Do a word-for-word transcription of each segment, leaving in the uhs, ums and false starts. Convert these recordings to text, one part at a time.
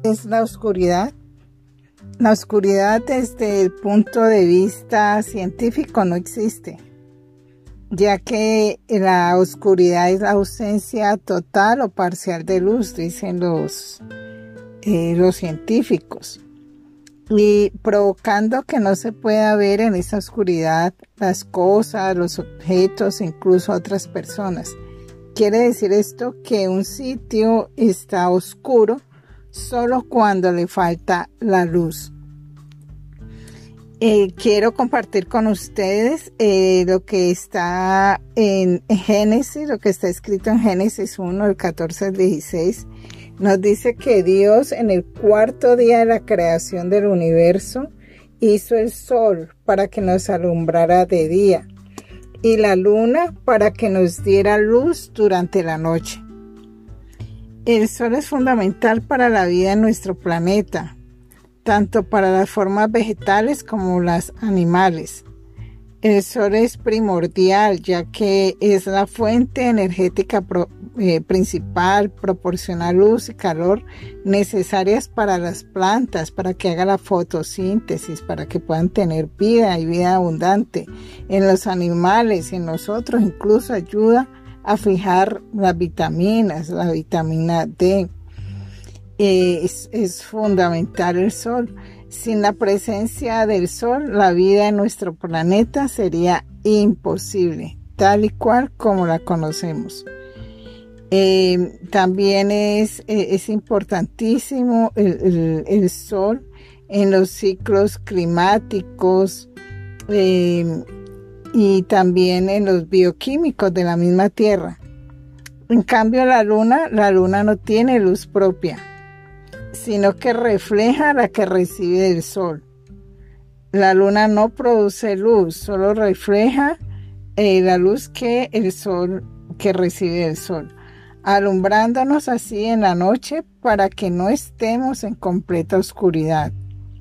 es la oscuridad? La oscuridad desde el punto de vista científico no existe, ya que la oscuridad es la ausencia total o parcial de luz, dicen los, eh, los científicos, y provocando que no se pueda ver en esa oscuridad las cosas, los objetos, incluso otras personas. Quiere decir esto que un sitio está oscuro solo cuando le falta la luz. Eh, quiero compartir con ustedes eh, lo que está en Génesis, lo que está escrito en Génesis uno, del catorce al dieciséis. Nos dice que Dios, en el cuarto día de la creación del universo, hizo el sol para que nos alumbrara de día y la luna para que nos diera luz durante la noche. El sol es fundamental para la vida en nuestro planeta, tanto para las formas vegetales como las animales. El sol es primordial, ya que es la fuente energética pro, eh, principal, proporciona luz y calor necesarias para las plantas, para que haga la fotosíntesis, para que puedan tener vida y vida abundante. En los animales, en nosotros, incluso ayuda a fijar las vitaminas, la vitamina D. Eh, es, es fundamental el sol. Sin la presencia del sol, la vida en nuestro planeta sería imposible, tal y cual como la conocemos. Eh, también es, eh, es importantísimo el, el, el sol en los ciclos climáticos, eh, y también en los bioquímicos de la misma Tierra. En cambio, la luna, la luna no tiene luz propia, sino que refleja la que recibe del sol. La luna no produce luz, solo refleja eh, la luz que el sol, que recibe del sol, alumbrándonos así en la noche para que no estemos en completa oscuridad.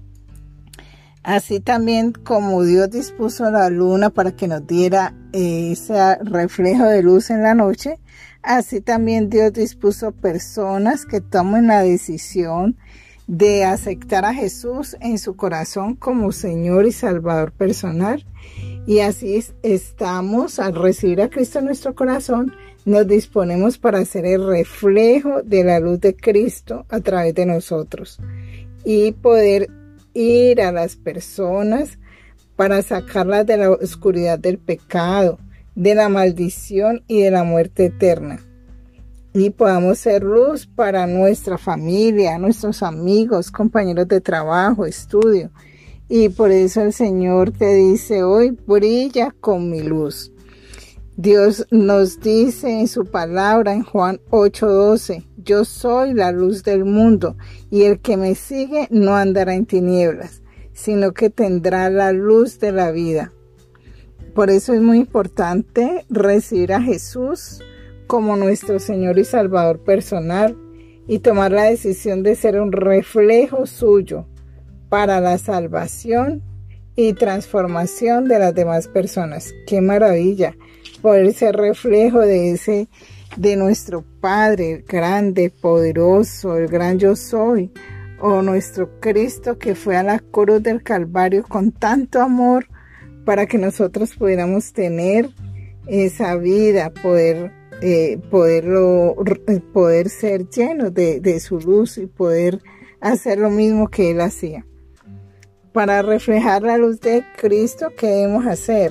Así también como Dios dispuso la luna para que nos diera eh, ese reflejo de luz en la noche, así también Dios dispuso personas que tomen la decisión de aceptar a Jesús en su corazón como Señor y Salvador personal. Y así estamos, al recibir a Cristo en nuestro corazón, nos disponemos para ser el reflejo de la luz de Cristo a través de nosotros y poder ir a las personas para sacarlas de la oscuridad del pecado, de la maldición y de la muerte eterna. Y podamos ser luz para nuestra familia, nuestros amigos, compañeros de trabajo, estudio. Y por eso el Señor te dice hoy, brilla con mi luz. Dios nos dice en su palabra en Juan ocho doce, yo soy la luz del mundo y el que me sigue no andará en tinieblas, sino que tendrá la luz de la vida. Por eso es muy importante recibir a Jesús como nuestro Señor y Salvador personal y tomar la decisión de ser un reflejo suyo para la salvación y transformación de las demás personas. ¡Qué maravilla! Poder ser reflejo de ese, de nuestro Padre, el grande, poderoso, el gran yo soy, o nuestro Cristo que fue a la cruz del Calvario con tanto amor para que nosotros pudiéramos tener esa vida, poder, eh, poderlo, poder ser llenos de, de su luz y poder hacer lo mismo que Él hacía. Para reflejar la luz de Cristo, ¿qué debemos hacer?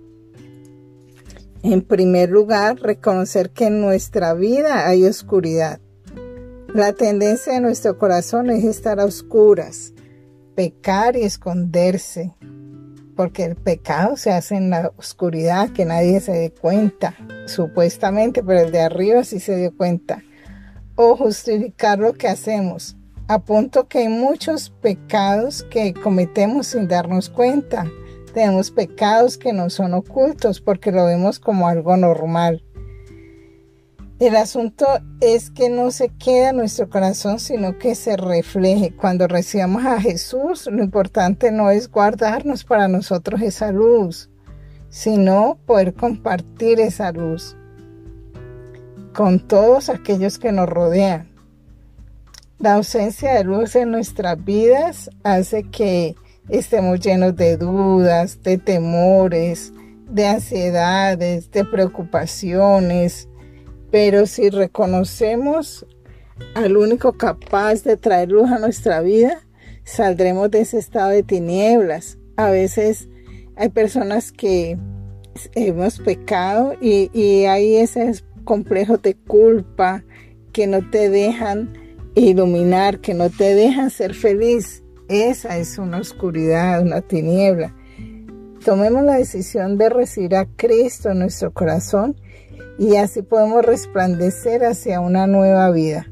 En primer lugar, reconocer que en nuestra vida hay oscuridad. La tendencia de nuestro corazón es estar a oscuras, pecar y esconderse, porque el pecado se hace en la oscuridad, que nadie se dé cuenta, supuestamente, pero el de arriba sí se dio cuenta. O justificar lo que hacemos, a punto que hay muchos pecados que cometemos sin darnos cuenta. Tenemos pecados que no son ocultos porque lo vemos como algo normal. El asunto es que no se queda en nuestro corazón, sino que se refleje. Cuando recibamos a Jesús, lo importante no es guardarnos para nosotros esa luz, sino poder compartir esa luz con todos aquellos que nos rodean. La ausencia de luz en nuestras vidas hace que estemos llenos de dudas, de temores, de ansiedades, de preocupaciones. Pero si reconocemos al único capaz de traer luz a nuestra vida, saldremos de ese estado de tinieblas. A veces hay personas que hemos pecado y, y hay esos complejos de culpa que no te dejan iluminar, que no te dejan ser feliz. Esa es una oscuridad, una tiniebla. Tomemos la decisión de recibir a Cristo en nuestro corazón y así podemos resplandecer hacia una nueva vida,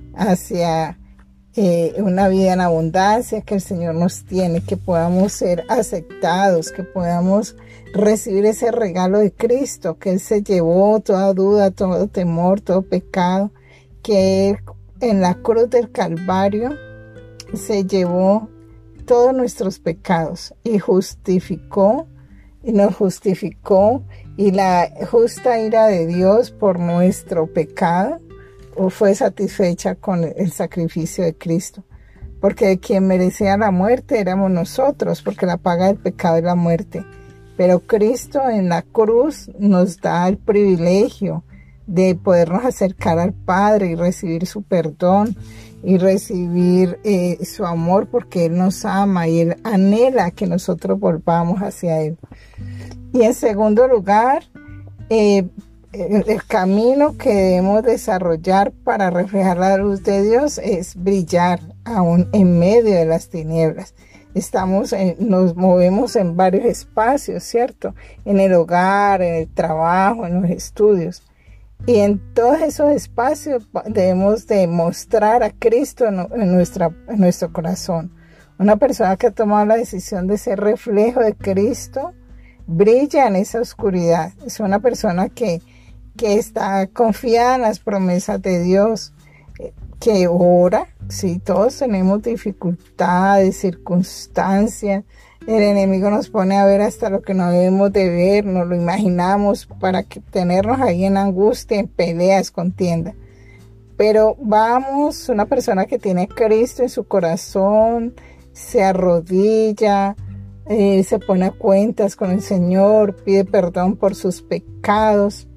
hacia eh, una vida en abundancia que el Señor nos tiene, que podamos ser aceptados, que podamos recibir ese regalo de Cristo, que Él se llevó toda duda, todo temor, todo pecado, que Él en la cruz del Calvario se llevó todos nuestros pecados y justificó y nos justificó, y la justa ira de Dios por nuestro pecado fue satisfecha con el sacrificio de Cristo, porque quien merecía la muerte éramos nosotros, porque la paga del pecado es la muerte. Pero Cristo en la cruz nos da el privilegio de podernos acercar al Padre y recibir su perdón y recibir eh, su amor, porque Él nos ama y Él anhela que nosotros volvamos hacia Él. Y en segundo lugar, eh, el, el camino que debemos desarrollar para reflejar la luz de Dios es brillar aún en medio de las tinieblas. Estamos en, nos movemos en varios espacios, ¿cierto? En el hogar, en el trabajo, en los estudios. Y en todos esos espacios debemos de mostrar a Cristo en, en, nuestra, en nuestro corazón. Una persona que ha tomado la decisión de ser reflejo de Cristo brilla en esa oscuridad. Es una persona que, que está confiada en las promesas de Dios, que ora. Sí, todos tenemos dificultades, circunstancias. El enemigo nos pone a ver hasta lo que no debemos de ver, nos lo imaginamos para que, tenernos ahí en angustia, en peleas, contienda. Pero vamos, una persona que tiene a Cristo en su corazón, se arrodilla, eh, se pone a cuentas con el Señor, pide perdón por sus pecados,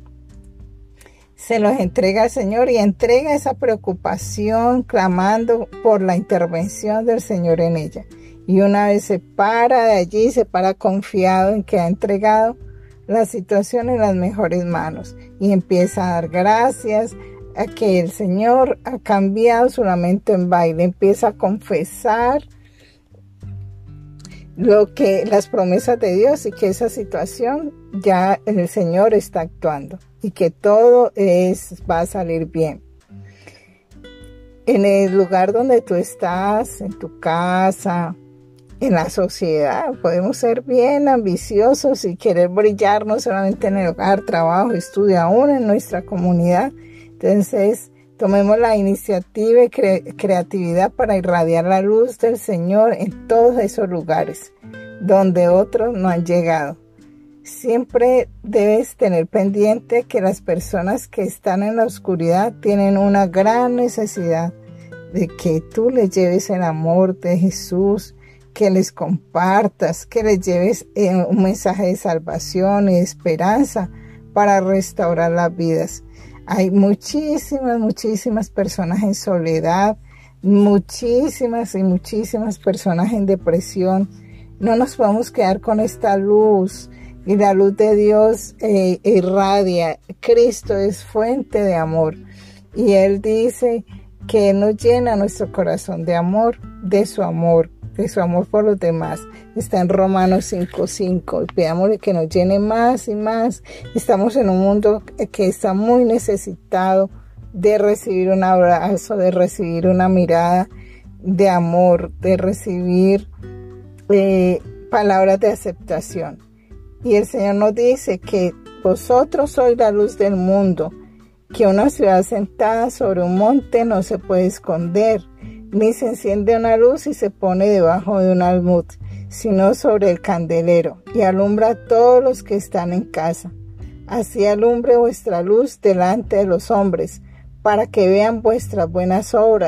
se los entrega al Señor y entrega esa preocupación clamando por la intervención del Señor en ella. Y una vez se para de allí, se para confiado en que ha entregado la situación en las mejores manos y empieza a dar gracias a que el Señor ha cambiado su lamento en baile, empieza a confesar lo que las promesas de Dios y que esa situación ya el Señor está actuando y que todo es, va a salir bien. En el lugar donde tú estás, en tu casa, en la sociedad, podemos ser bien ambiciosos y querer brillar no solamente en el hogar, trabajo, estudio, aún en nuestra comunidad. Entonces, tomemos la iniciativa y cre- creatividad para irradiar la luz del Señor en todos esos lugares donde otros no han llegado. Siempre debes tener pendiente que las personas que están en la oscuridad tienen una gran necesidad de que tú les lleves el amor de Jesús, que les compartas, que les lleves eh, un mensaje de salvación y de esperanza para restaurar las vidas. Hay muchísimas, muchísimas personas en soledad, muchísimas y muchísimas personas en depresión. No nos podemos quedar con esta luz, y la luz de Dios eh, irradia. Cristo es fuente de amor y Él dice que Él nos llena nuestro corazón de amor, de su amor, de su amor por los demás. Está en Romanos cinco cinco. Pidámosle que nos llene más y más. Estamos en un mundo que está muy necesitado de recibir un abrazo, de recibir una mirada de amor, de recibir eh, palabras de aceptación. Y el Señor nos dice que vosotros sois la luz del mundo, que una ciudad sentada sobre un monte no se puede esconder, ni se enciende una luz y se pone debajo de un almud, sino sobre el candelero, y alumbra a todos los que están en casa. Así alumbre vuestra luz delante de los hombres, para que vean vuestras buenas obras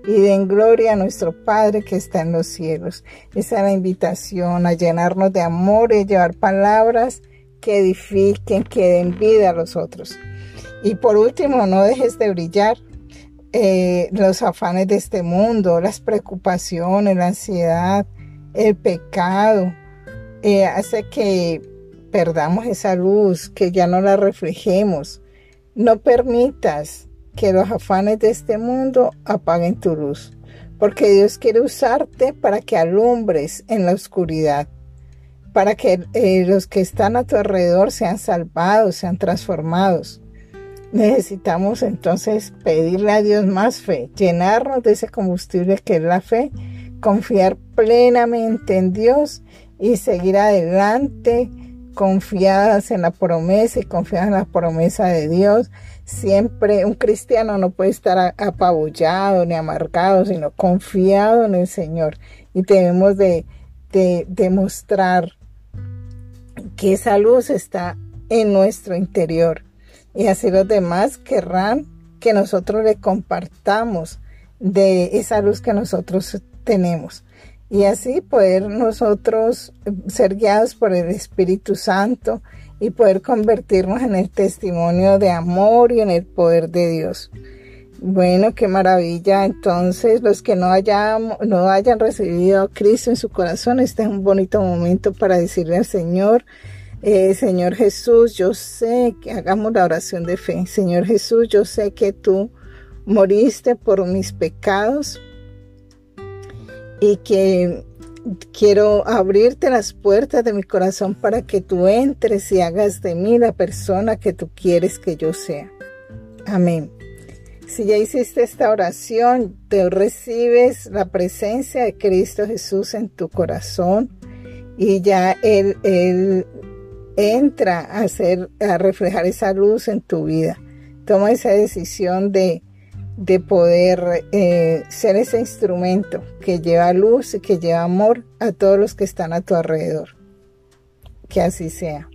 y den gloria a nuestro Padre que está en los cielos. Esa es la invitación a llenarnos de amor y llevar palabras que edifiquen, que den vida a los otros. Y por último, no dejes de brillar. Eh, los afanes de este mundo, las preocupaciones, la ansiedad, el pecado, eh, hace que perdamos esa luz, que ya no la reflejemos. No permitas que los afanes de este mundo apaguen tu luz, porque Dios quiere usarte para que alumbres en la oscuridad, para que eh, los que están a tu alrededor sean salvados, sean transformados. Necesitamos entonces pedirle a Dios más fe, llenarnos de ese combustible que es la fe, confiar plenamente en Dios y seguir adelante, confiadas en la promesa y confiadas en la promesa de Dios. Siempre un cristiano no puede estar apabullado ni amargado, sino confiado en el Señor. Y debemos de, de demostrar que esa luz está en nuestro interior. Y así los demás querrán que nosotros le compartamos de esa luz que nosotros tenemos. Y así poder nosotros ser guiados por el Espíritu Santo y poder convertirnos en el testimonio de amor y en el poder de Dios. Bueno, qué maravilla. Entonces, los que no hayan, no hayan recibido a Cristo en su corazón, este es un bonito momento para decirle al Señor, eh, Señor Jesús, yo sé que hagamos la oración de fe. Señor Jesús, yo sé que tú moriste por mis pecados y que quiero abrirte las puertas de mi corazón para que tú entres y hagas de mí la persona que tú quieres que yo sea. Amén. Si ya hiciste esta oración, te recibes la presencia de Cristo Jesús en tu corazón y ya Él, Él entra a, hacer, a reflejar esa luz en tu vida. Toma esa decisión de de poder eh, ser ese instrumento que lleva luz y que lleva amor a todos los que están a tu alrededor. Que así sea.